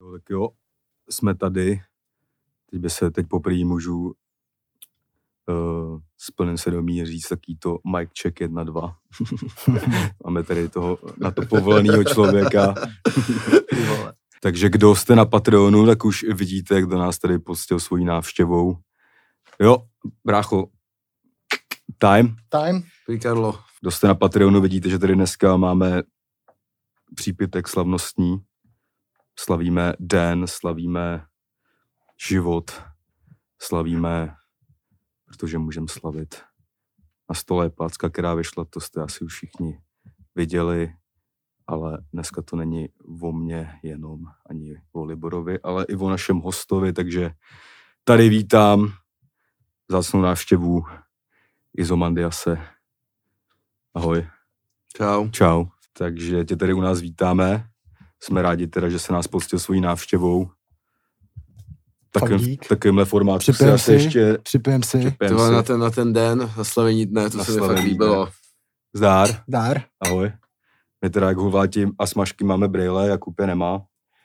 Tak jo, jsme tady. Teď poprvé můžu s plným svědomí říct taký to mic check 1, 2. Máme tady toho na to povolenýho člověka. Takže kdo jste na Patreonu, tak už vidíte, kdo nás tady postil svojí návštěvou. Jo, brácho, time. Karlo. Kdo jste na Patreonu, vidíte, že tady dneska máme přípitek slavnostní. Slavíme den, slavíme život, slavíme, protože můžeme slavit. Na stole je placka, která vyšla, to jste asi už všichni viděli, ale dneska to není o mně jenom, ani o Liborovi, ale i o našem hostovi, takže tady vítám vzácnou návštěvu Izomandiase. Ahoj. Čau. Čau. Takže tě tady u nás vítáme. Jsme rádi teda, že se nás poctil svojí návštěvou. Takovýmhle formátu Připijem si. Na ten den, na slavení dne, to se mi fakt líbilo. Zdár. Ahoj. My teda jak hulváti a smažky máme brýle, Jakub je nemá.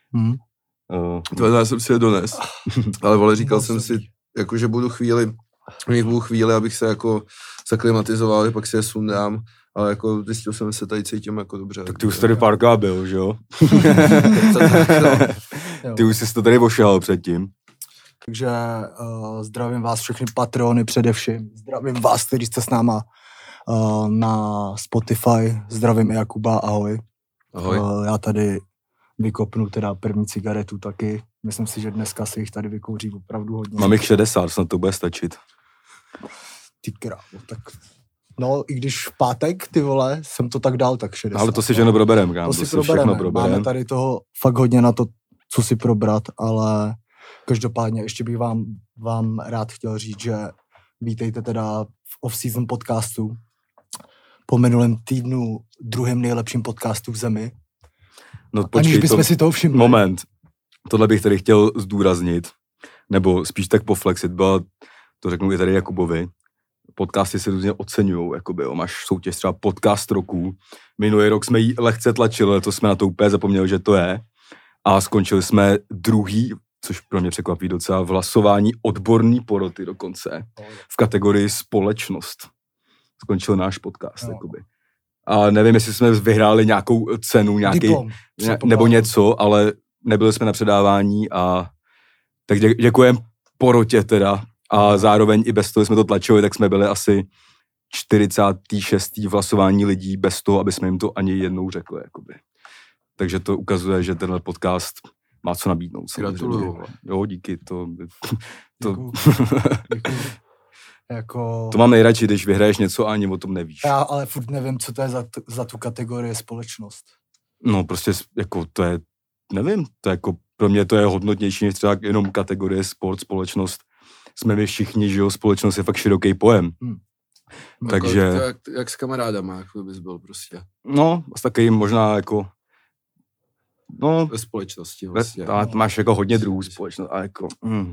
Já jsem si je dones. Ale vole, říkal jsem si, jako, že budu chvíli, abych se jako zaklimatizoval, pak si je sundám. Ale jako zjistil jsem, že se tady cítím jako dobře. Tak ty už tady párkrát byl, že jo? Ty už jsi to tady ošahal předtím. Takže zdravím vás všechny Patrony především. Zdravím vás, kteří jste s náma na Spotify. Zdravím i Jakuba, ahoj. Ahoj. Já tady vykopnu teda první cigaretu taky. Myslím si, že dneska si jich tady vykouří opravdu hodně. Mám jich 60, snad to bude stačit. Ty krávo, tak... No, i když v pátek, ty vole, jsem to tak dal, tak 60. Ale to si všechno proberem, kámo. To si probereme. Máme tady toho fakt hodně na to, co si probrat, ale každopádně ještě bych vám rád chtěl říct, že vítejte teda v off-season podcastu. Po minulém týdnu druhým nejlepším podcastu v zemi. No počkej, aniž bychom si toho všimli. Moment. Tohle bych tady chtěl zdůraznit, nebo spíš tak poflexit, to řeknu i tady Jakubovi. Podcasty se různě oceňujou, jakoby, jo. Máš soutěž třeba podcast roku. Minulý rok jsme jí lehce tlačili, to jsme na to úplně zapomněli, že to je. A skončili jsme druhý, což pro mě překvapí docela, v hlasování odborný poroty dokonce. V kategorii společnost. Skončil náš podcast, jakoby. A nevím, jestli jsme vyhráli nějakou cenu, Diplom, nebo něco, ale nebyli jsme na předávání a tak děkujem porotě teda. A zároveň i bez toho jsme to tlačili, tak jsme byli asi 46. v hlasování lidí bez toho, aby jsme jim to ani jednou řekli. Jakoby. Takže to ukazuje, že tenhle podcast má co nabídnout. Gratuluju. Jo, díky. Děkuju. Jako... To mám nejradši, když vyhraješ něco a ani o tom nevíš. Já ale furt nevím, co to je za tu kategorii společnost. No prostě jako to je, nevím, to je jako, pro mě to je hodnotnější než třeba jenom kategorie sport, společnost. Jsme my všichni, že jo, společnost je fakt široký pojem. Takže... Jako, jak s kamarádama, jak bys byl prostě. No, s takovým možná jako... No, ve společnosti vlastně. Máš jako hodně druhů společnost a jako...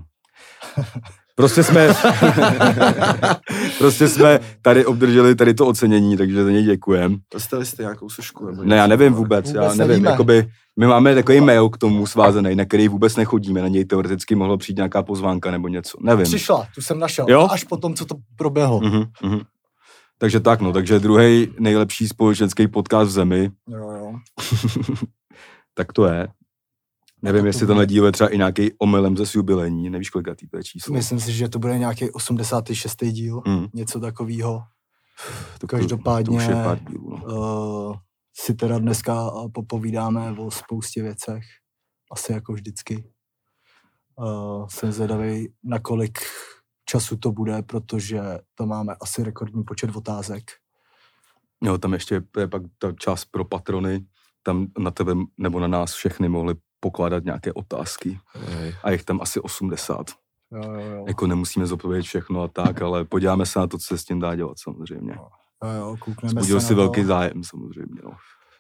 Prostě jsme tady obdrželi tady to ocenění, takže za něj děkujem. Dostali jste nějakou sošku? Ne, já nevím vůbec, já nevím, jakoby, my máme takový mail k tomu svázený, na který vůbec nechodíme, na něj teoreticky mohlo přijít nějaká pozvánka nebo něco, nevím. Přišla, tu jsem našel, jo? Až po tom, co to proběhlo. Takže tak, no, takže druhý nejlepší společenský podcast v zemi. Jo. Tak to je. Nevím, jestli tenhle díl je třeba i nějaký omylem ze jubilejní, nevíš, kolikátý to je číslo. Myslím si, že to bude nějaký 86. díl, něco takového. Každopádně to už je pár dílů, si teda dneska popovídáme o spoustě věcech, asi jako vždycky. Jsem zvědavý, na kolik času to bude, protože to máme asi rekordní počet otázek. Jo, tam ještě je pak ta část pro patrony, tam na tebe nebo na nás všechny mohli pokládat nějaké otázky. A jich tam asi 80. Jo. Jako nemusíme zodpovědět všechno a tak, ale podíváme se na to, co se s tím dá dělat samozřejmě. Jo, koukneme Zbudil se si na velký to. zájem samozřejmě. No.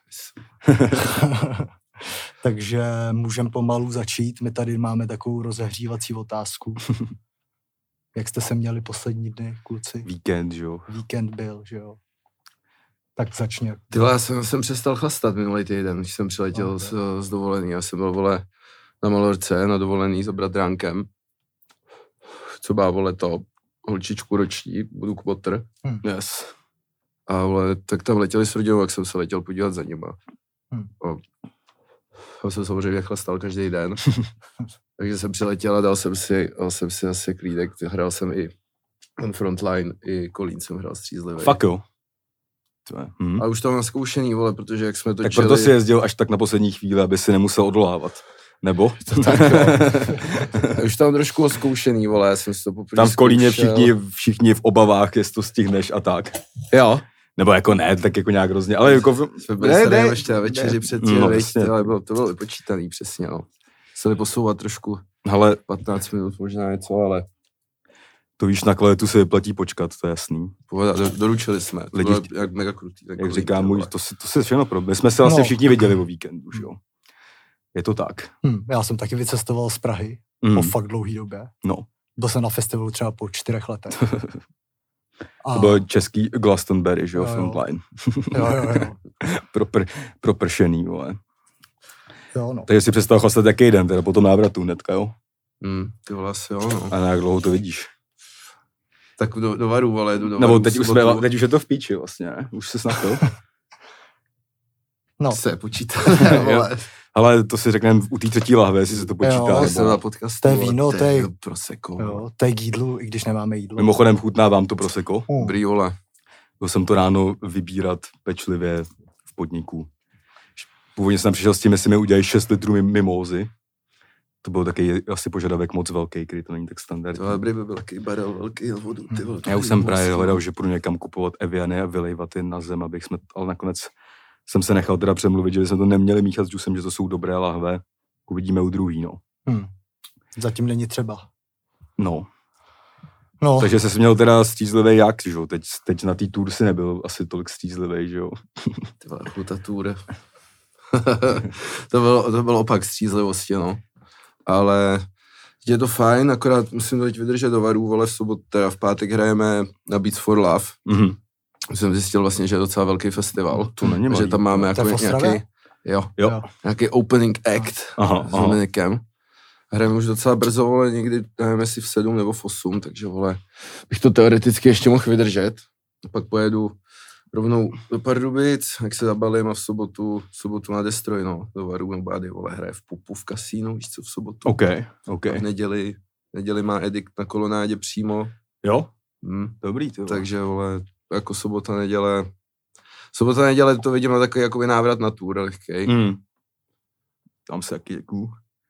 Takže můžeme pomalu začít. My tady máme takovou rozehřívací otázku. Jak jste se měli poslední dny, kluci? Víkend, že jo. Víkend byl, že jo. Tak začně. Tyhle, já jsem přestal chlastat minulý týden, když jsem přiletěl z dovolený. Já jsem byl, vole, na Malorce, na dovolený s bratránkem. Co má, vole, to holčičku roční, budu kvotr. Yes. A vole, tak tam letěli s rodinou, jak jsem se letěl podívat za nima. A jsem samozřejmě chlastal každý den. Takže jsem přiletěl a dal jsem si asi klídek. Hrál jsem i ten frontline, i Kolín jsem hrál střízlivý. Fuck jo. A už to mám zkoušený, vole, protože jak jsme to tak proto si jezdil až tak na poslední chvíli, aby si nemusel odolávat. Nebo? To tak, už tam trošku zkoušený, vole, já jsem si to poprvé tam v Kolíně všichni v obavách, jestli to stihneš a tak. Jo. Nebo jako ne, tak jako nějak hrozně, ale jako... Jsme byli tady ještě na večeři předtím, ale to bylo vypočítaný přesně, no. Museli posouvat trošku, ale 15 minut možná něco, ale... To víš, na kvalitu se vyplatí počkat, to je jasný. Doručili jsme, to lidi, bylo jak mega krutý. Jak říkám, to se všechno pro... My jsme se vlastně všichni viděli o víkendu, jo. Je to tak. Já jsem taky vycestoval z Prahy po fakt dlouhý době. No. Byl jsem na festivalu třeba po 4 letech. To byl český Glastonbury, že jo, Frontline. Jo. Propršený, vole. Jo, no. Takže si představ chlastat jaký den, teda po tom návratu hnedka, jo? Ty vole asi jo, no. A jak dlouho to vidíš? Tak do Varu, vole, jdu do Nebo Varu. teď už je to v píči vlastně, ne? Už se snad No. Se počítá, vole. Ale to si řekneme u té 3. lahve, jestli se to počítá. Jo, jsem na podcastu. To je víno, to je prosecco. Jo, to je k jídlu, i když nemáme jídlo. Mimochodem chutná vám to prosecco? Dobrý, vole. Byl jsem to ráno vybírat pečlivě v podniku. Původně jsem přišel s tím, jestli mi udělají 6 litrů mimózy. To byl taky asi požadavek moc velký, který to není tak standardní. To by byl takový barel velký a vodu, ty vole. Já už jsem právě hledal, že půjdu někam kupovat Eviany a vylejvat je na zem, ale nakonec jsem se nechal teda přemluvit, že jsme to neměli míchat s džusem, že to jsou dobré lahve. Uvidíme u druhý, no. Zatím není třeba. No. Takže jsi měl teda střízlivý jak, že jo? Teď na té tour si nebyl asi tolik střízlivý, že jo? Ty vole, ta tour. to bylo opak střízlivosti, no. Ale je to fajn, akorát musím teď vydržet do Varu, vole, v sobotu, teda v pátek hrajeme na Beats for Love. Jsem zjistil vlastně, že je docela velký festival. To není malý. Že tam máme jako nějaký, nějaký opening act s Dominikem. Hrajeme už docela brzo, vole, někdy hrajeme si v 7 nebo v 8, takže, vole, bych to teoreticky ještě mohl vydržet. A pak pojedu rovnou do Pardubic, jak se zabalím a v sobotu na Destroy, no, do Varu, no Bády, vole, hraje v Pupu v kasínu, víš co, v sobotu. OK. A v neděli má Edikt na kolonádě přímo. Jo? Dobrý, ty vole. Takže, vole, jako sobota, neděle to vidím na takový jakoby návrat na tour, lehkej. Tam se taky děkuju.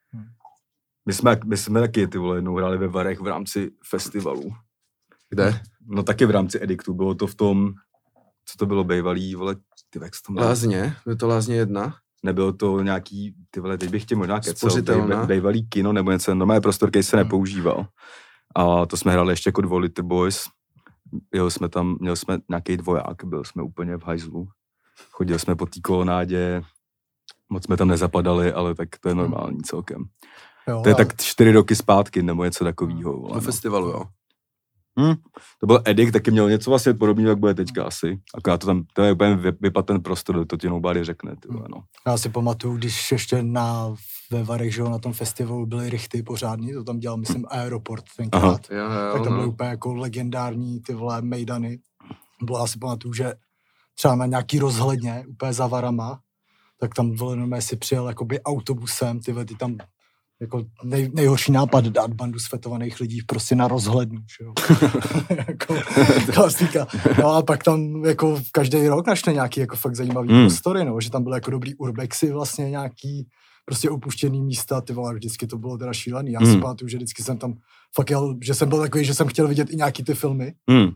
My jsme taky, ty vole, jednou hráli ve Varech v rámci festivalu. Kde? No taky v rámci Ediktu, bylo to v tom, co to bylo bývalý, vole, ty jak to měl? Lázně? Bylo to Lázně 1? Nebylo to nějaký, ty vole, teď bych tě možná kecel, bývalý kino nebo něco, normálně prostor, který se nepoužíval. A to jsme hráli ještě jako 2 Little Boys. Měli jsme nějaký dvoják, byli jsme úplně v hajzlu. Chodili jsme po té kolonádě, moc jsme tam nezapadali, ale tak to je normální celkem. Jo, to je tak 4 roky zpátky, nebo něco takového. Do festivalu, jo. To byl Edikt, taky měl něco vlastně podobného, jak bude teďka asi. Akorát to je úplně vypad ten prostor, to ti nobody řekne. No. Já si pamatuju, když ještě ve Varech, že na tom festivalu byly rychty pořádný, to tam dělal, myslím, Aeroport tenkrát. Tak tam byly úplně jako legendární ty vole mejdany. Já si pamatuju, že třeba na nějaký rozhledně, úplně za Varama, tak tam vole, si přijel jakoby autobusem, ty tam jako nejhorší nápad dát bandu svetovaných lidí prostě na rozhlednu, že jo. Jako klasika. No a pak tam jako každý rok našli nějaký jako fakt zajímavý prostory, no, že tam byly jako dobrý urbexy vlastně nějaký prostě opuštěný místa, ty vole, vždycky to bylo teda šílený. Já si pamatuju, že vždycky jsem tam fakt jel, že jsem byl takový, že jsem chtěl vidět i nějaký ty filmy.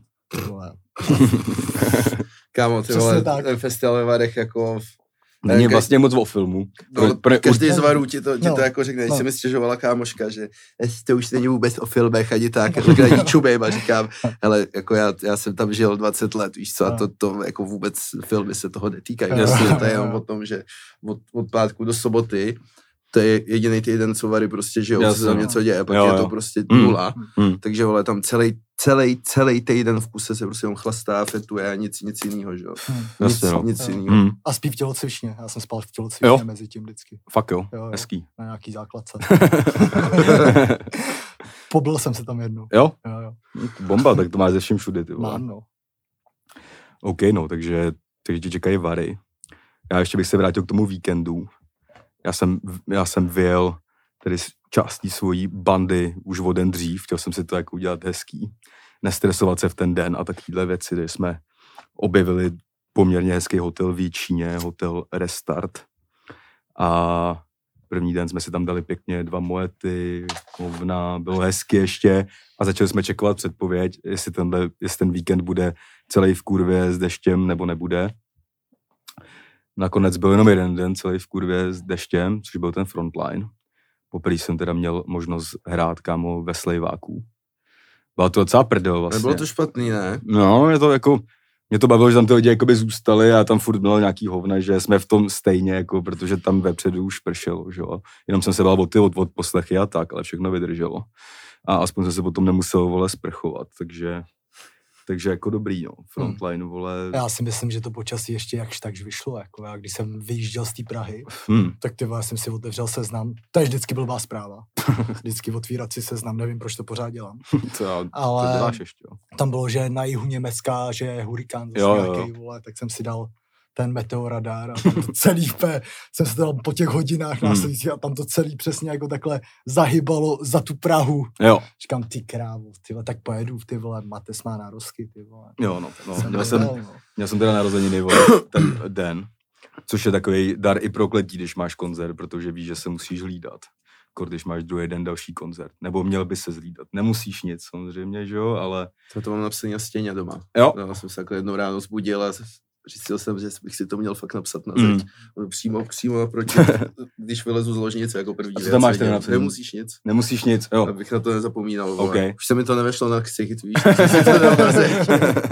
Kámo, ty vole, ten festival ve Varech jako není vlastně moc o filmu. Každý z Varů ti to jako řekne, když se mi stěžovala kámoška, že to už není vůbec o filmech ani tak, jako na YouTube a říkám, hele, jako já jsem tam žil 20 let, víš co, a to jako vůbec filmy se toho netýkají. To je jenom o tom, že od pátku do soboty to je jediný týden, co Vary prostě žijou, co se tam něco děje, pak je to prostě nula. Takže vole, tam celý týden v kuse se prostě chlastá, fetuje a nic jiného, že jo. Nic jiného. A spí v tělocvičně, já jsem spal v tělocvičně mezi tím vždycky. Fakt jo, hezký. Na nějaký základce. Pobil jsem se tam jednou. Jo? Bomba, tak to máš ze vším všude, ty vole. Mám, no. OK, no, takže ti čekají Vary. Já ještě bych se vrátil k tomu víkendu. Já jsem vyjel tedy s částí svojí bandy už o den dřív, chtěl jsem si to jako udělat hezký, nestresovat se v ten den a takovýhle věci, kde jsme objevili poměrně hezký hotel v Jíčíně, hotel Restart. A první den jsme si tam dali pěkně 2 moety, hovna, bylo hezky ještě a začali jsme čekovat předpověď, jestli ten víkend bude celý v kurvě s deštěm nebo nebude. Nakonec byl jenom jeden den celý v kurvě s deštěm, což byl ten Frontline. Poprvé jsem teda měl možnost hrát, kámo, ve Slejváku. Byla to docela prdel vlastně. Nebylo to špatný, ne? No, mě to bavilo, že tam ty lidi jakoby zůstali a tam furt bylo nějaký hovna, že jsme v tom stejně, jako, protože tam vepředu už pršelo, že jo. Jenom jsem se bál od poslechy a tak, ale všechno vydrželo. A aspoň jsem se potom nemusel, vole, sprchovat, takže jako dobrý, no, Frontline, vole. Já si myslím, že to počasí ještě jakž takž vyšlo, jako já, když jsem vyjížděl z té Prahy, tak ty vole, jsem si otevřel seznam, to je vždycky blbá zpráva, vždycky otvírat si seznam, nevím, proč to pořád dělám. Ale to děláš ještě, jo. Tam bylo, že na jihu Německa, že je hurikán, nějaký, vole, tak jsem si dal ten meteoradar a tam to celý jsem se dal po těch hodinách následujících a tam to celý přesně jako takhle zahybalo za tu Prahu. Jo. Říkám, ty krávo, ty vole, tak pojedu, ty vole, Mates má nározky, ty vole. Jo, no. Měl jsem teda narozeniny, vole, ten den, což je takový dar i prokletí, když máš koncert, protože víš, že se musíš hlídat, když máš druhý den další koncert. Nebo měl by se zhlídat. Nemusíš nic, samozřejmě, že jo, ale... To mám napsaný na stěně doma. Jo. Já jsem se takhle jednou ráno zbudil a říkal jsem, že bych si to měl fakt napsat na zeď. Přímo naproti, když vylezu z ložnice jako první věc. Tam máš ten napsat? Nemusíš nic, jo. Abych na to nezapomínal. Okay. Už se mi to nevešlo na ksicht, víš, si to dal na zeď.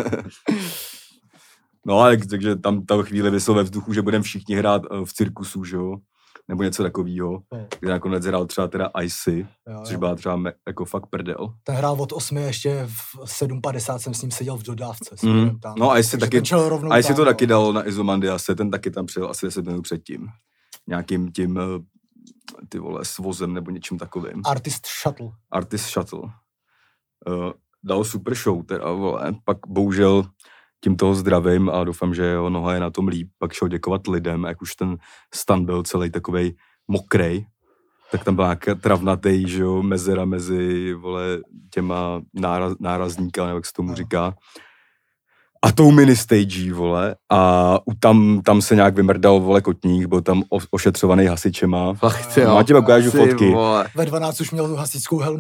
No ale takže tam ta chvíli vysel ve vzduchu, že budeme všichni hrát v cirkusu, že jo? Nebo něco takového, kde nakonec hrál třeba teda Icy, což byla třeba jako fakt prdel. Ten hrál od 8, ještě v 7:50 jsem s ním seděl v dodávce. Tam. No Icy to taky dal na Izomandiase, ten taky tam přijel asi 10 minut předtím. Nějakým tím, ty vole, svozem nebo něčím takovým. Artist Shuttle. Dal super show teda, vole, pak bohužel tím toho zdravím a doufám, že jeho noha je na tom líp. Pak šel děkovat lidem, jak už ten stan byl celý takovej mokrej, tak tam byla nějaká travnatej, že jo, mezera mezi, vole, těma nárazníka, nebo jak se tomu říká. A tou mini-stagí, vole, a tam se nějak vymrdal, vole, kotník, byl tam ošetřovaný hasičema. Fakt, jo. Má těma ukážu fotky. Vole. Ve 12 už měl hasičskou helmu.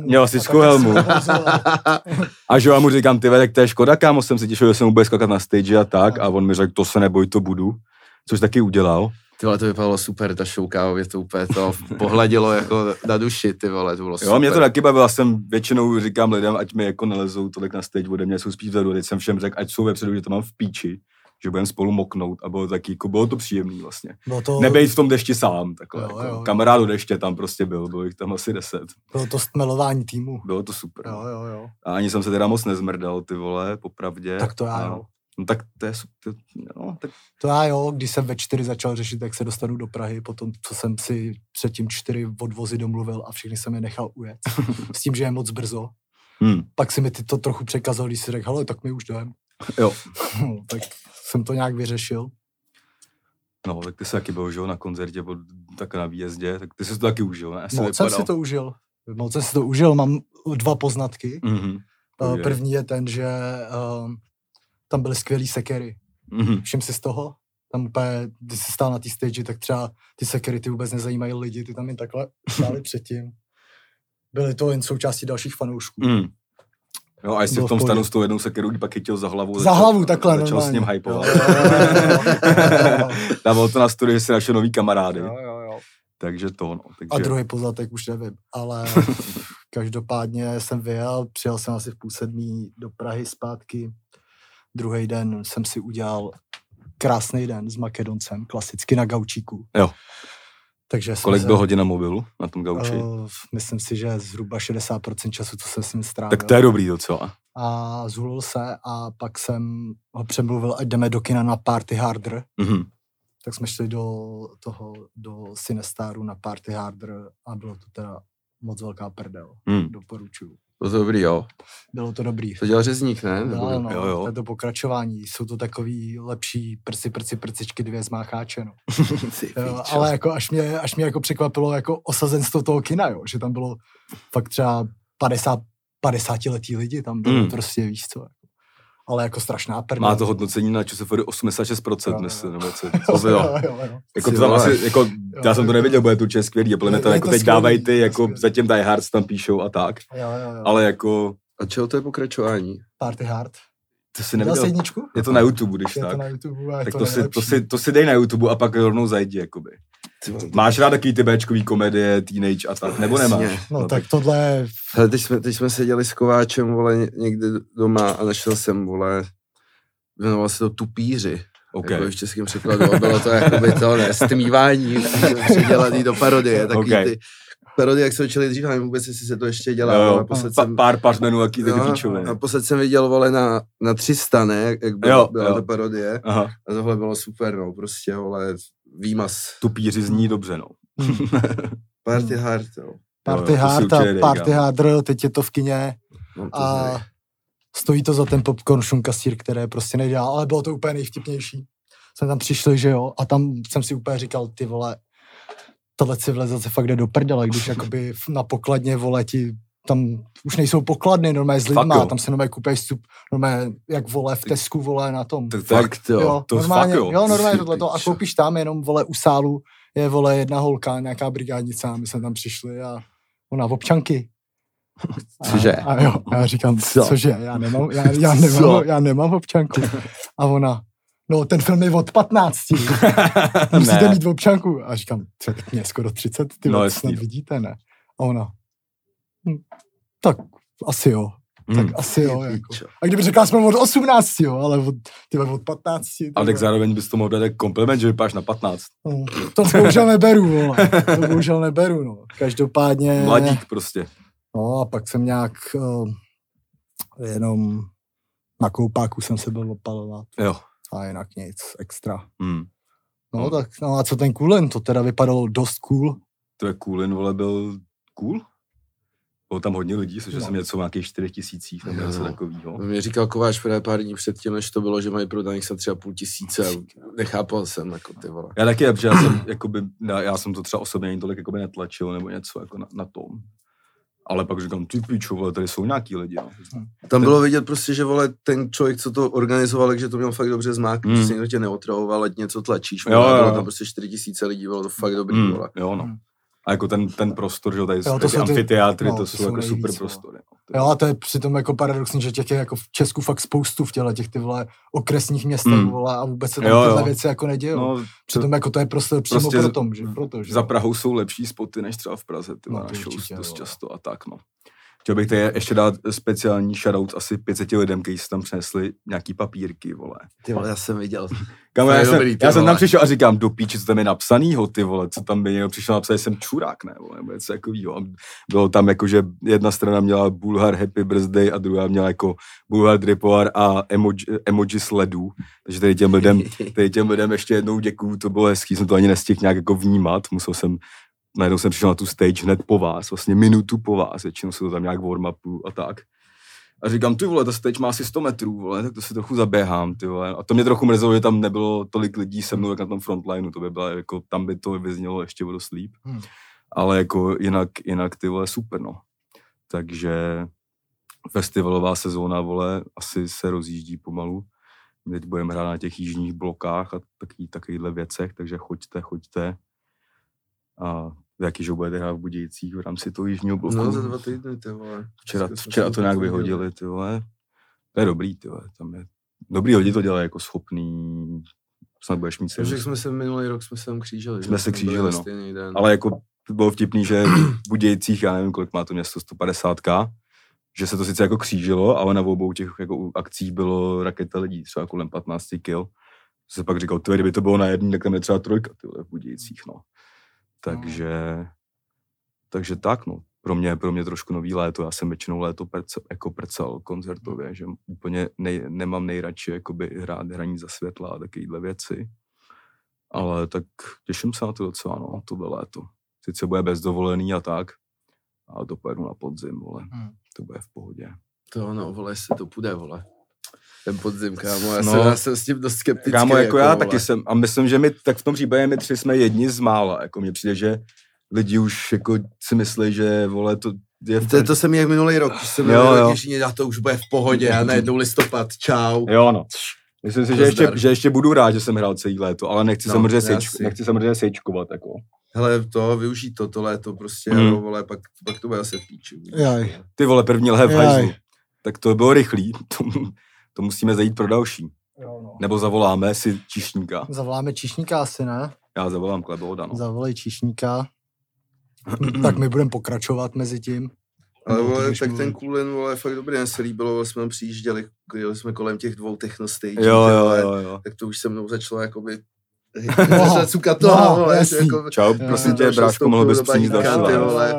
A že já mu říkám, ty tak to je škoda, kámo, jsem si těšil, že jsem mu bude skakat na stage a tak, a on mi řekl, to se neboj, to budu, což taky udělal. Ty vole, to vypadalo super, ta showka, mě to úplně to pohladilo jako na duši, ty vole, to bylo super. Jo, mě to taky bavilo, jsem většinou říkám lidem, ať mi jako nelezou tolik na stage ode mě, jsou spíš vzadu, teď jsem všem řekl, ať jsou vepředu, že to mám v píči, že budeme spolu moknout a bylo to příjemný vlastně. Nebejt v tom dešti sám, takhle, jo. Kamarád do deště tam prostě bylo jich tam asi 10. Bylo to stmelování týmu. Bylo to super. Jo. A ani jsem se teda moc nezmrdal, ty vole, popravdě. Tak to já jo. No tak to je super, no, tak... To já jo, když jsem ve 4 začal řešit, jak se dostanu do Prahy, potom, co jsem si předtím 4 odvozy domluvil a všechny jsem je nechal ujet. S tím, že je moc brzo. Pak si mi ty to trochu překazal, když si řekl, hele, tak my už jdem. Jo. Tak jsem to nějak vyřešil. No, tak ty jsi taky byl, že jo, na koncertě, tak na výjezdě, tak ty jsi to taky užil, ne? Moc jsem si to užil, mám 2 poznatky. První je ten, že tam byly skvělý sekery. Všim si z toho? Tam úplně, když jsi stál na té stage, tak třeba ty sekery ty vůbec nezajímají lidi, ty tam jen takhle stáli předtím. Byly to jen součástí dalších fanoušků. Jo, a jestli v tom stanu s tou jednou sekerou, pak chytil za hlavu. Takhle začal s ním hypovat. Dával to na story, že si našel nový kamarády. Jo. Takže to, no. Takže... A druhý poznatek už nevím, ale každopádně jsem vyjel, přijel jsem asi v 6:30 do Prahy zpátky. Druhý den jsem si udělal krásný den s Makedoncem, klasicky na gaučíku. Jo. Takže kolik byl hodin na mobilu na tom gauči? Myslím si, že zhruba 60% času, co jsem s ním strávil. Tak to je dobrý docela. A zhulil se a pak jsem ho přemluvil, ať jdeme do kina na Party Harder. Mm-hmm. Tak jsme šli do Cinestaru na Party Harder a bylo to teda moc velká prdel. Doporučuju. Bylo to dobrý, jo? Bylo to dobrý. To dělal Řezník, ne? No, jo. To je to pokračování. Jsou to takový lepší prcičky 2 zmácháče, no. Jo, ale jako až mě jako překvapilo jako osazenstvo toho kina, jo, že tam bylo fakt třeba 50letí lidi, tam bylo prostě, víš co. Ale jako strašná prdel. Má to hodnocení na ČSFD 86% dnes, nebo co? Jo. Jako to tam asi, jako, já jsem to nevěděl, bude to určitě skvělý, a podle mě to jako teď dávají ty, jako zatím Die Hards tam píšou a tak. Jo. Ale jako... A čeho to je pokračování? Party Hard. To si neviděl? Jedničku? Je to na YouTube, když je tak. To na YouTube, tak to si dej na YouTube a pak rovnou zajdi, jakoby. Máš rád takový ty Bčkový komedie, teenage a tak, nebo nemáš? No tak tohle... Hele, teď jsme seděli s Kováčem, vole, někde doma a našel jsem, vole, jmenoval se to Tupíři. Okay. Jako v českém překladu, bylo to jakoby to, ne, stmívání, předělaný do parodie, takový ty parodie, jak se učili dřív, nevím vůbec, jestli se to ještě dělá. Pár partnerů, jaký taky píčové. Naposled jsem viděl, vole, na 300, ne, jak byla ta parodie. Aha. A tohle bylo super, no, prostě, vole, výmaz. Tupíři zní dobře, no. Party Hard, jo. Party Hard a Party Harder, teď je to v kině. A stojí to za ten popcorn šunkasír, které prostě nejde, ale bylo to úplně nejvtipnější. Jsme tam přišli, že jo, a tam jsem si úplně říkal, ty vole, tahle civilizace fakt jde do prdele, když jakoby na pokladně, vole, ti tam už nejsou pokladny, normálně s lidma, tam se normálně kupej vstup, normálně jak, vole, v Tesku, vole, na tom. Fakt, jo. To normálně, fakt, jo. Normálně tohleto a koupíš tam jenom, vole, u sálu je, vole, jedna holka, nějaká brigádnice a my jsme tam přišli a ona v občanky. Cože? A jo, já říkám, cože, já nemám občanku. A ona, no ten film je od 15. Musíte mít občanku. A říkám, tak mě skoro 30, ty no, snad vidíte, ne? A ona, tak asi jo. Tak asi jo, jako. A kdyby řekla, jsme od 18, jo, ale od 15. Ale tak zároveň bys to mohl dát kompliment, že vypadáš na 15. To bohužel neberu, vole. To bohužel neberu, no. Každopádně... Mladík prostě. No a pak jsem nějak jenom na koupáku jsem se byl opalovat. Jo. A jinak nic extra. No tak, no a co ten Coolin? To teda vypadalo dost cool. To je Coolin, vole, byl cool? Bylo tam hodně lidí, což jsem něco o nějakých 4 000 nebo něco takovýho. Mě říkal Kováč pár dní předtím, než to bylo, že mají prodaných za 3 500 a nechápal jsem, jako ty vole. Já taky, protože já jsem to třeba osobně ani tolik jakoby netlačil nebo něco jako na tom. Ale pak říkám, ty pičo, vole, tady jsou nějaký lidi. No. Tam bylo vidět prostě, že, vole, ten člověk, co to organizoval, takže to měl fakt dobře zmáknout, prostě někdo tě neotravoval, ať něco tlačíš, vole, bylo tam prostě 4 000 lidí, bylo to fakt dobrý, vole. Jo, no. A jako ten prostor, že tady jsou ty amfiteátry, to jsou jako super prostory. Jo, a to je přitom jako paradoxní, že těch je jako v Česku fakt spoustu v těch ty, vole, okresních městech, vole, a vůbec se tam tyhle věci jako nedějou. No, přitom jako to je prostor přímo prostě proto, že? Za Prahou jsou lepší spoty, než třeba v Praze, ty na shows dost často a tak, no. Chtěl bych tady ještě dát speciální shoutout asi 500 lidem, kteří si tam přinesli nějaký papírky, vole. Ty vole, já jsem viděl. Já jsem tam přišel a říkám, do píči, co tam je napsanýho, ty vole, co tam by někdo přišel napsat, že jsem čurák, ne, vole, nebo něco takovýho. A bylo tam jako, že jedna strana měla Bulhar Happy Birthday a druhá měla jako Bulhar Dripovar a emoji sledů. Takže tady těm lidem ještě jednou děkuju, to bylo hezký, jsem to ani nestihl nějak jako vnímat, najednou jsem přišel na tu stage hned po vás, vlastně minutu po vás, většinou se to tam nějak warm-upu a tak. A říkám, ty vole, ta stage má asi 100 metrů, vole, tak to si trochu zaběhám, ty vole. A to mě trochu mrzelo, že tam nebylo tolik lidí se mnou, jak na tom frontlineu, to by bylo jako, tam by to vyznělo ještě o dost líp. Ale jako jinak ty vole, super, no. Takže festivalová sezóna, vole, asi se rozjíždí pomalu. Teď budeme hrát na těch jižních blokách a takovýchhle věcech, takže choďte. A jaký show budete hrát v Budějcích v rámci toho jižního bloku? No, za 2 týdny, ty vole. Včera to nějak vyhodili, ty vole. To je dobrý, ty vole. Tam je... Dobrý lidi to dělají jako schopný. Snad budeš mít že jsme se minulý rok křížili. Jsme se křížili, no. Ale jako bylo vtipný, že v Budějcích, já nevím, kolik má to město, 150k, že se to sice jako křížilo, ale na obou těch jako akcích bylo raketa lidí, třeba kolem 15 kil. Se pak říkal, kdyby to bylo na jedný, tak tam je třeba 3, ty vole, v Budějcích, no. Takže tak, no. Pro mě trošku nový léto. Já jsem většinou léto prcal koncertově, že úplně nemám nejradši jakoby hraní za světla a takovýhle věci. Ale tak těším se na to docela, no, tohle léto. Sice bude bezdovolený a tak, ale to pojedu na podzim, vole. To bude v pohodě. To no, vole, se to půjde, vole. Ten podzim, kámo, já jsem s tím dost skeptický. Kámo, jako já taky jsem, a myslím, že tak v tom případě my tři jsme jedni z mála, jako mně přijde, že lidi už jako si myslí, že, vole, to je... To jsem jak minulý rok, když jsem měl Těšíně, a to už bude v pohodě, a najednou listopad, čau. Jo, no. Myslím si, že ještě budu rád, že jsem hrál celý léto, ale nechci samozřejmě sejčkovat, jako. Hele, využij to léto prostě, vole, pak to bude asi v píči. Ty vole, první lehev hajzlu. Tak to bylo rychlý, to musíme zajít pro další. Jo, no. Nebo zavoláme si číšníka. Zavoláme číšníka asi, ne? Já zavolám Klebouda, no. Zavolej číšníka. Tak my budeme pokračovat mezi tím. Ale vole, tak ten Coolin, vole, fakt dobrý, mě se líbilo, vole, jsme přijížděli, jeli jsme kolem těch 2 technostage, jo. Tak to už se mnou začalo jakoby zacukat toho, vole. Jako, čau, prosím tě, bráško, mohl bys přinést další, vole.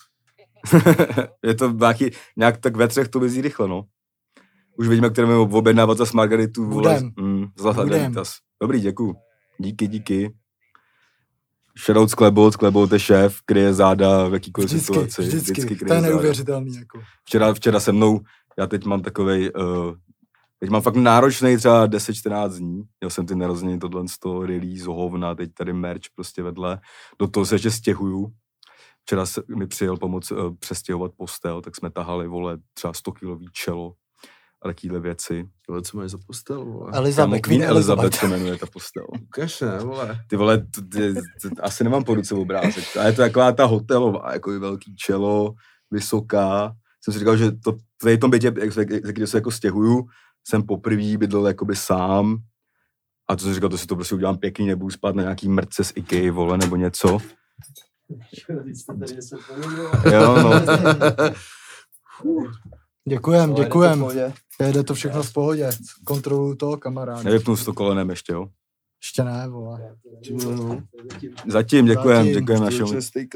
Je to nějak tak ve 3 to vyzí rychle, no. Už vidíme, které budeme objednávat za Margaritu, vole. Zlatá Delitas. Dobrý, děkuju. Díky. Shoutout Klebout je šéf, kryje záda v jakýkoliv situaci. Vždycky. To je neuvěřitelný. Jako. Včera se mnou, já teď mám takovej, teď mám fakt náročný třeba 10-14 dní. Měl jsem ty narozeniny, tohle z toho release, hovna, teď tady merch prostě vedle. Do toho se ještě stěhuju. Včera mi přijel pomoct přestěhovat postel, tak jsme tahali, vole, třeba 100 kilový čelo a takovýhle věci. Vole, co máš za postel, vole? Queen Elizabeth se jmenuje ta postel. Ukaž, ne, vole. Ty vole, asi nemám po ruce obrázek. A je to taková ta hotelová, jako velký čelo, vysoká. Jsem si říkal, že v tom bytě, kde se jako stěhuju, jsem poprvé bydlel jakoby sám. A to jsem říkal, to si to prostě udělám pěkný, nebudu spát na nějaký mrtce z IKEA, vole, nebo něco. Jo, no. Děkujem. Jede to všechno v pohodě. Kontroluju to, kamarád. Nevypnu s to kolenem ještě, jo? Ještě ne, vole. Zatím, děkujem našemu.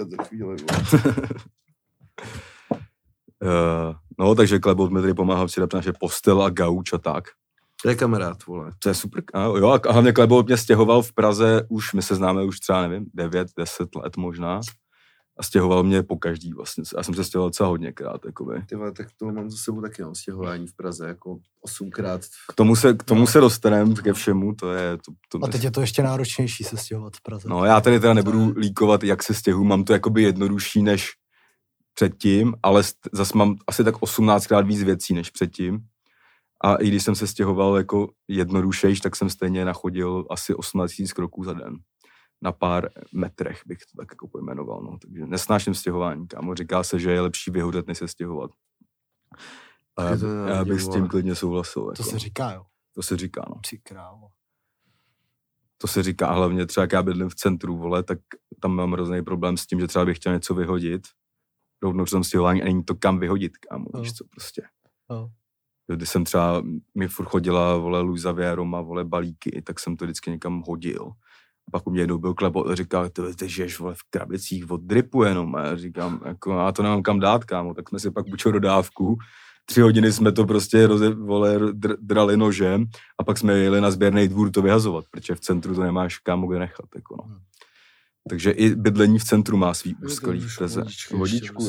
No, takže Klebout mi tady pomáhal přidat naše postel a gauč a tak. To je kamarád, vole. To je super. Jo, a hlavně Klebout mě stěhoval v Praze, my se známe už třeba, nevím, 9-10 let možná. A stěhoval mě po každý vlastně. Já jsem se stěhoval docela hodněkrát, jakoby. Tyhle, tak to mám za sebou taky, stěhování v Praze, jako 8krát. K tomu se dostaneme ke všemu, to je... A teď je to ještě náročnější se stěhovat v Praze. No, já tady teda nebudu líkovat, jak se stěhuju, mám to jakoby jednodušší než předtím, ale zase mám asi tak 18krát víc věcí než předtím. A i když jsem se stěhoval jako jednodušejš, tak jsem stejně nachodil asi 18 000 kroků za den. Na pár metrech bych to tak jako pojmenoval, no. Takže nesnáším stěhování, kámo. Říká se, že je lepší vyhořet, než se stěhovat. A já bych s tím klidně souhlasil. To jako. se říká, jo? To se říká, no. Ty krávo. To se říká, hlavně třeba jak já bydlím v centru, vole, tak tam mám hrozný problém s tím, že třeba bych chtěl něco vyhodit. Rovnou při tom stěhování a není to kam vyhodit, kámo, víš co, prostě. Když jsem třeba, mi furt chodila, vole, Luisa Věroma, vole, balíky, tak jsem to vždycky někam hodil. Pak u mě jednou byl Klebout a říkal, ty žiješ, vole, v krabicích od dripu jenom. A já říkám, jako, já to nemám kam dát, kámo. Tak jsme si pak půjčili dodávku. 3 hodiny jsme to prostě drali nožem a pak jsme jeli na sběrný dvůr to vyhazovat, protože v centru to nemáš kámo kde nechat. Jako, no. Takže i bydlení v centru má svý úskalí. Vodičku.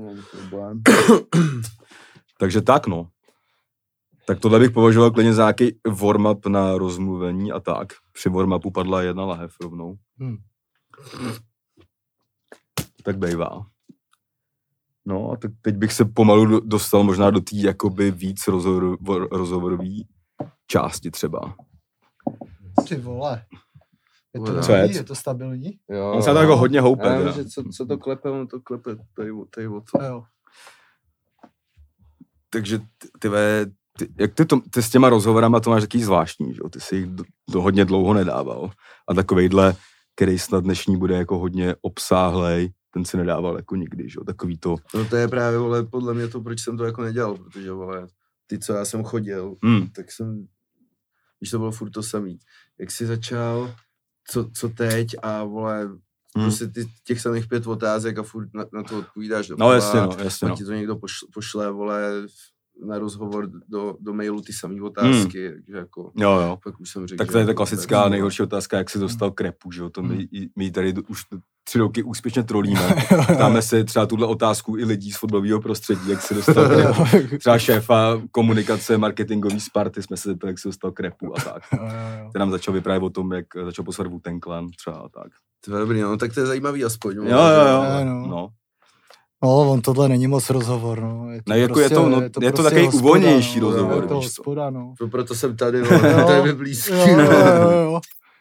Takže tak, no. Tak tohle bych považoval klidně za nějaký warm-up na rozmluvení a tak. Při warm-upu padla 1 lahev rovnou. Tak bejvá. No a teď bych se pomalu dostal možná do té jakoby víc rozhovorový části třeba. Ty vole. Je to stabilní? Jo. On se to jako hodně houpe. Já vím, že co to klepe, on to klepe tady o to. Jo. Takže jak ty s těma rozhovorama to máš taký zvláštní, že? Ty si jich hodně dlouho nedával. A takovejhle, který snad dnešní bude jako hodně obsáhlej, ten si nedával jako nikdy, že? Takový to... No to je právě, vole, podle mě to, proč jsem to jako nedělal, protože, vole, ty, co já jsem chodil, tak jsem, když to bylo furt to samý. Jak jsi začal, co teď a, vole, prostě těch samých 5 otázek a furt na to odpovídáš. No jasně. A ti to někdo pošle, vole, na rozhovor do mailu ty samý otázky, takže jako... Jo. Pak už jsem řekl, tak to je ta klasická nejhorší otázka, jak jsi dostal k rapu, že jo, to my tady už 3 roky úspěšně trolíme. Ptáme se třeba tuhle otázku i lidí z fotbalového prostředí, jak se dostal k rapu. Třeba šéfa komunikace, marketingový Sparty jsme se zeptali, jak se dostal k rapu a tak. Ten nám začal vyprávět o tom, jak začal poslat Wu-Tang Clan třeba a tak. To je dobrý, no, tak to je zajímavý aspoň. Jo. No, on tohle není moc rozhovor, no. Je to takový uvolnější rozhovor. Je to hospoda, no. Proto jsem tady, to je mi blízký. Jo.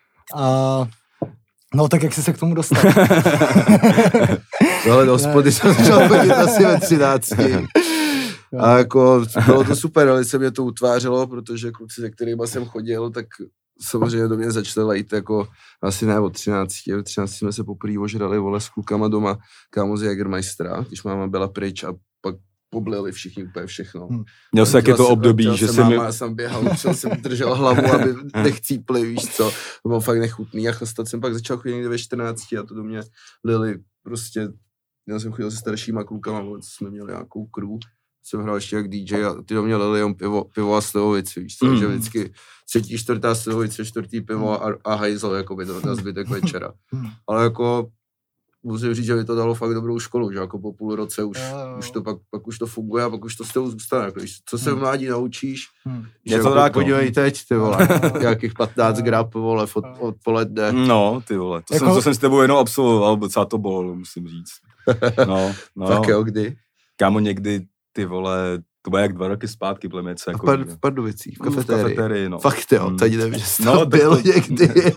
No, tak jak jsi se k tomu dostal? Ale do hospody jsem začal chodit asi ve 13. A jako bylo to super, ale se mě to utvářelo, protože kluci, se kterýma jsem chodil, tak samozřejmě do mě začali lejt jako asi ne od 13. Ve 13 jsme se poprvé ožrali, vole, s klukama doma, kámo z Jägermeistera, když máma byla pryč a pak poblili všichni úplně všechno. Měl jsi taky to období, že jsem... Já jsem běhal, jsem držel hlavu, aby nechcípli, víš co. To bylo fakt nechutný a chlastat jsem pak začal chodit někde ve 14 a to do mě lili prostě, já jsem chodil se staršíma klukama, jsme měli nějakou crew, jsem hrál ještě jak DJ a ty do mě lili jen pivo a slivovici, víš co, že vždycky 3., 4. slivovice, 4. pivo a hajzl, jakoby na zbytek večera. Ale jako musím říct, že by to dalo fakt dobrou školu, že jako po půl roce už to pak už to funguje a pak už to s tebou zůstane. Jako, co se v mládí naučíš, že to tak, podívej teď, ty vole, nějakých 15 grap, vole, odpoledne. No, ty vole, to jsem s tebou jenom absolvoval, docela to bylo, musím říct. No. Tak jo, kdy? Kámo, někdy, ty vole, to bylo jak 2 roky zpátky, plemece. Jako v Pardubicích, v kafetérii. No. Fakt jo, tady nevím, že jsi tam byl někdy.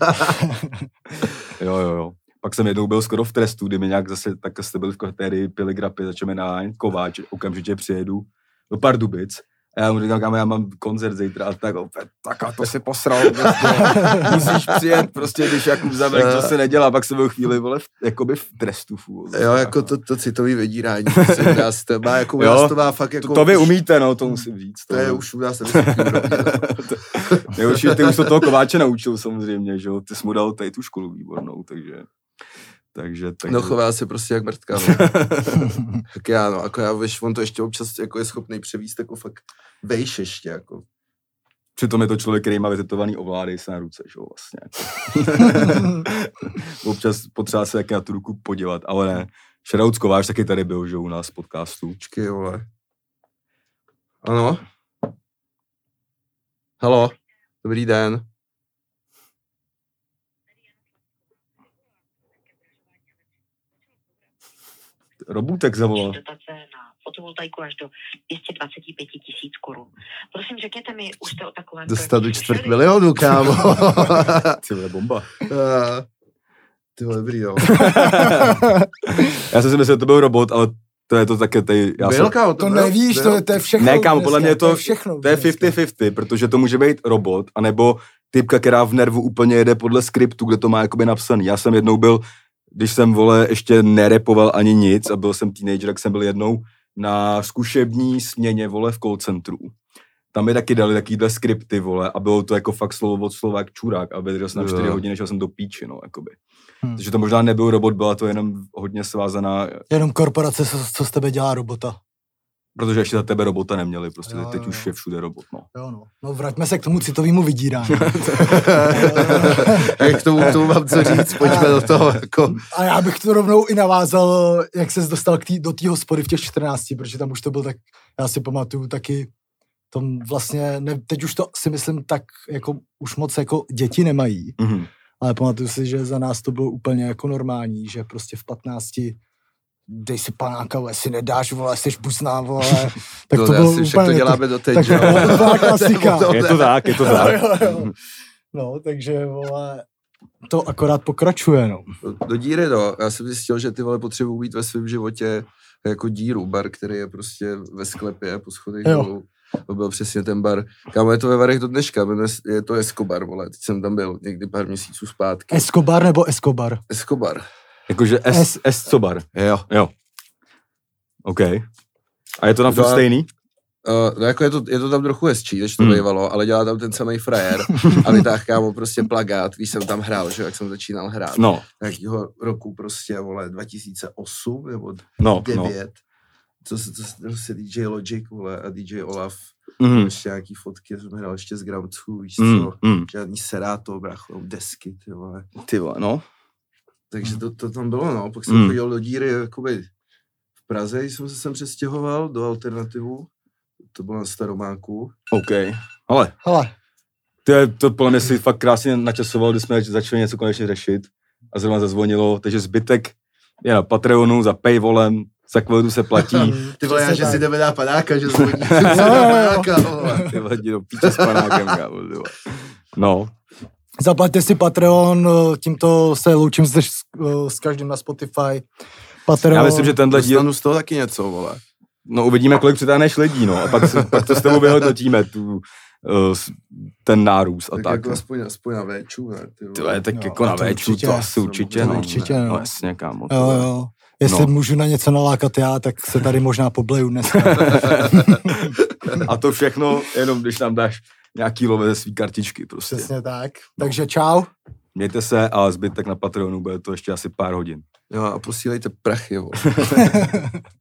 Jo. Pak jsem jednou byl skoro v trestu, kdy mi nějak zase, tak jste byli v kafetérii, pili grapy, začeme na Kováč, okamžitě přijedu do Pardubic. A já mu říkám, já mám koncert zítra a tak a to si posral, prostě. Musíš přijet, prostě, když Jakub Zavrek, to se nedělá, pak jsem byl chvíli, vole, jakoby v trestu. Jo, jako to citový vydírání, to má jako to má fakt jako... To vy umíte, no, to musím říct. To je už u nás nevysoké úrovni. Ty už to toho Kováče naučil samozřejmě, že jo, ty jsi mu dal tady tu školu výbornou, takže... No chová se prostě jak mrtka, no. Tak já, no, jako já, víš, on to ještě občas jako je schopný převíst jako fakt vejš ještě, jako. Přitom je to člověk, který má vytetovaný ovlády se na ruce, že jo, vlastně. Občas potřeba se taky na tu ruku podívat, ale ne. Shoutout Kováč taky tady byl, že u nás v podcastu. Počkej, vole. Ano? Haló, dobrý den. Robůtek zavolal. Dotace na fotovoltaiku až do 225 000 korun. Prosím, řekněte mi, už jste o takovém... Dostanu 250 000, kámo. Ty vole, bomba. Ty vole, dobrý, jo. Já jsem si myslel, že to byl robot, ale to je to také tady... To nevíš, to je všechno. Ne, kámo, podle mě to je všechno. To je 50-50, protože to může být robot, anebo typka, která v nervu úplně jede podle skriptu, kde to má jakoby napsaný. Já jsem jednou byl, když jsem, vole, ještě nerepoval ani nic a byl jsem teenager, tak jsem byl jednou na zkušební směně, vole, v call centru. Tam mi taky dali takovýhle skripty, vole, a bylo to jako fakt slovo od slova jak čurák a vydržel jsem na 4 hodiny, šel jsem do píči, no, jakoby. Takže to možná nebyl robot, byla to jenom hodně svázaná... Jenom korporace, co z tebe dělá robota. Protože ještě za tebe robota neměli, prostě teď už je všude robot, no. Jo, no. No vraťme se k tomu citovému vydírání. Jak k tomu mám co říct, pojďme do toho, jako... A já bych to rovnou i navázal, jak ses dostal do té hospody v těch 14, protože tam už to byl tak, já si pamatuju taky, tam vlastně, teď už to si myslím tak, jako už moc jako děti nemají, ale pamatuju si, že za nás to bylo úplně jako normální, že prostě v 15 dej si panáka, vole, si nedáš, vole, jsi buzná, vole. Tak to bylo úplně... to děláme doteď, že jo? To byla klasika. Je to tak. Jo. No, takže, vole, to akorát pokračuje, no. Do díry, no. Já jsem zjistil, že ty, vole, potřebují být ve svém životě jako díru, bar, který je prostě ve sklepě, po schodech dolů. To byl přesně ten bar. Kámo, je to ve Varech do dneška, je to Escobar, vole. Teď jsem tam byl někdy pár měsíců zpátky. Escobar nebo Escobar? Escobar. Jakože Escobar. Jo. OK. A je to tam furt stejný? No jako je to tam trochu hezčí, než to bývalo, ale dělá tam ten samý frajer a vytáhl kámo prostě plakát, víš, jsem tam hrál, že jak jsem začínal hrát. No. Nějakýho roku prostě, vole, 2008 nebo 2009. Co se DJ Logic, vole, a DJ Olaf, ještě nějaký fotky, jsem hrál ještě z Groundců, víš co, žádný Serato, brácho, desky, ty vole, no. Takže to tam bylo, no, pak jsem chodil do díry, jakoby v Praze, jsem se sem přestěhoval do Alternativu, to bylo na Staromáku. OK, ale. To podle mě si fakt krásně načasoval, když jsme začali něco konečně řešit a zrovna zazvonilo, takže zbytek je na Patreonu za paywallem, za kvalitu se platí. Ty vole, že si jdeme dát panáka, že zvoní panáka, vole. Ty vole, do píče s panákem, kámo, no. Zaplaťte si Patreon, tímto se loučím s každým na Spotify. Patreon. Já myslím, že tenhle díl... Dostanu z toho taky něco, vole. No uvidíme, kolik přitáhneš lidí, no. A pak to s tebou vyhodnotíme, ten nárůst a tak. Jako aspoň na véču, ne? Tyhle, tak jako na véču, to asi určitě, no. Určitě, no. No jasně, kámo. Jo. Jestli můžu na něco nalákat já, tak se tady možná pobleju dneska. A to všechno, jenom když nám dáš nějaký love ze svý kartičky prostě. Přesně tak. Takže čau. Mějte se a zbytek na Patreonu, bude to ještě asi pár hodin. Jo a posílejte prachy, jo.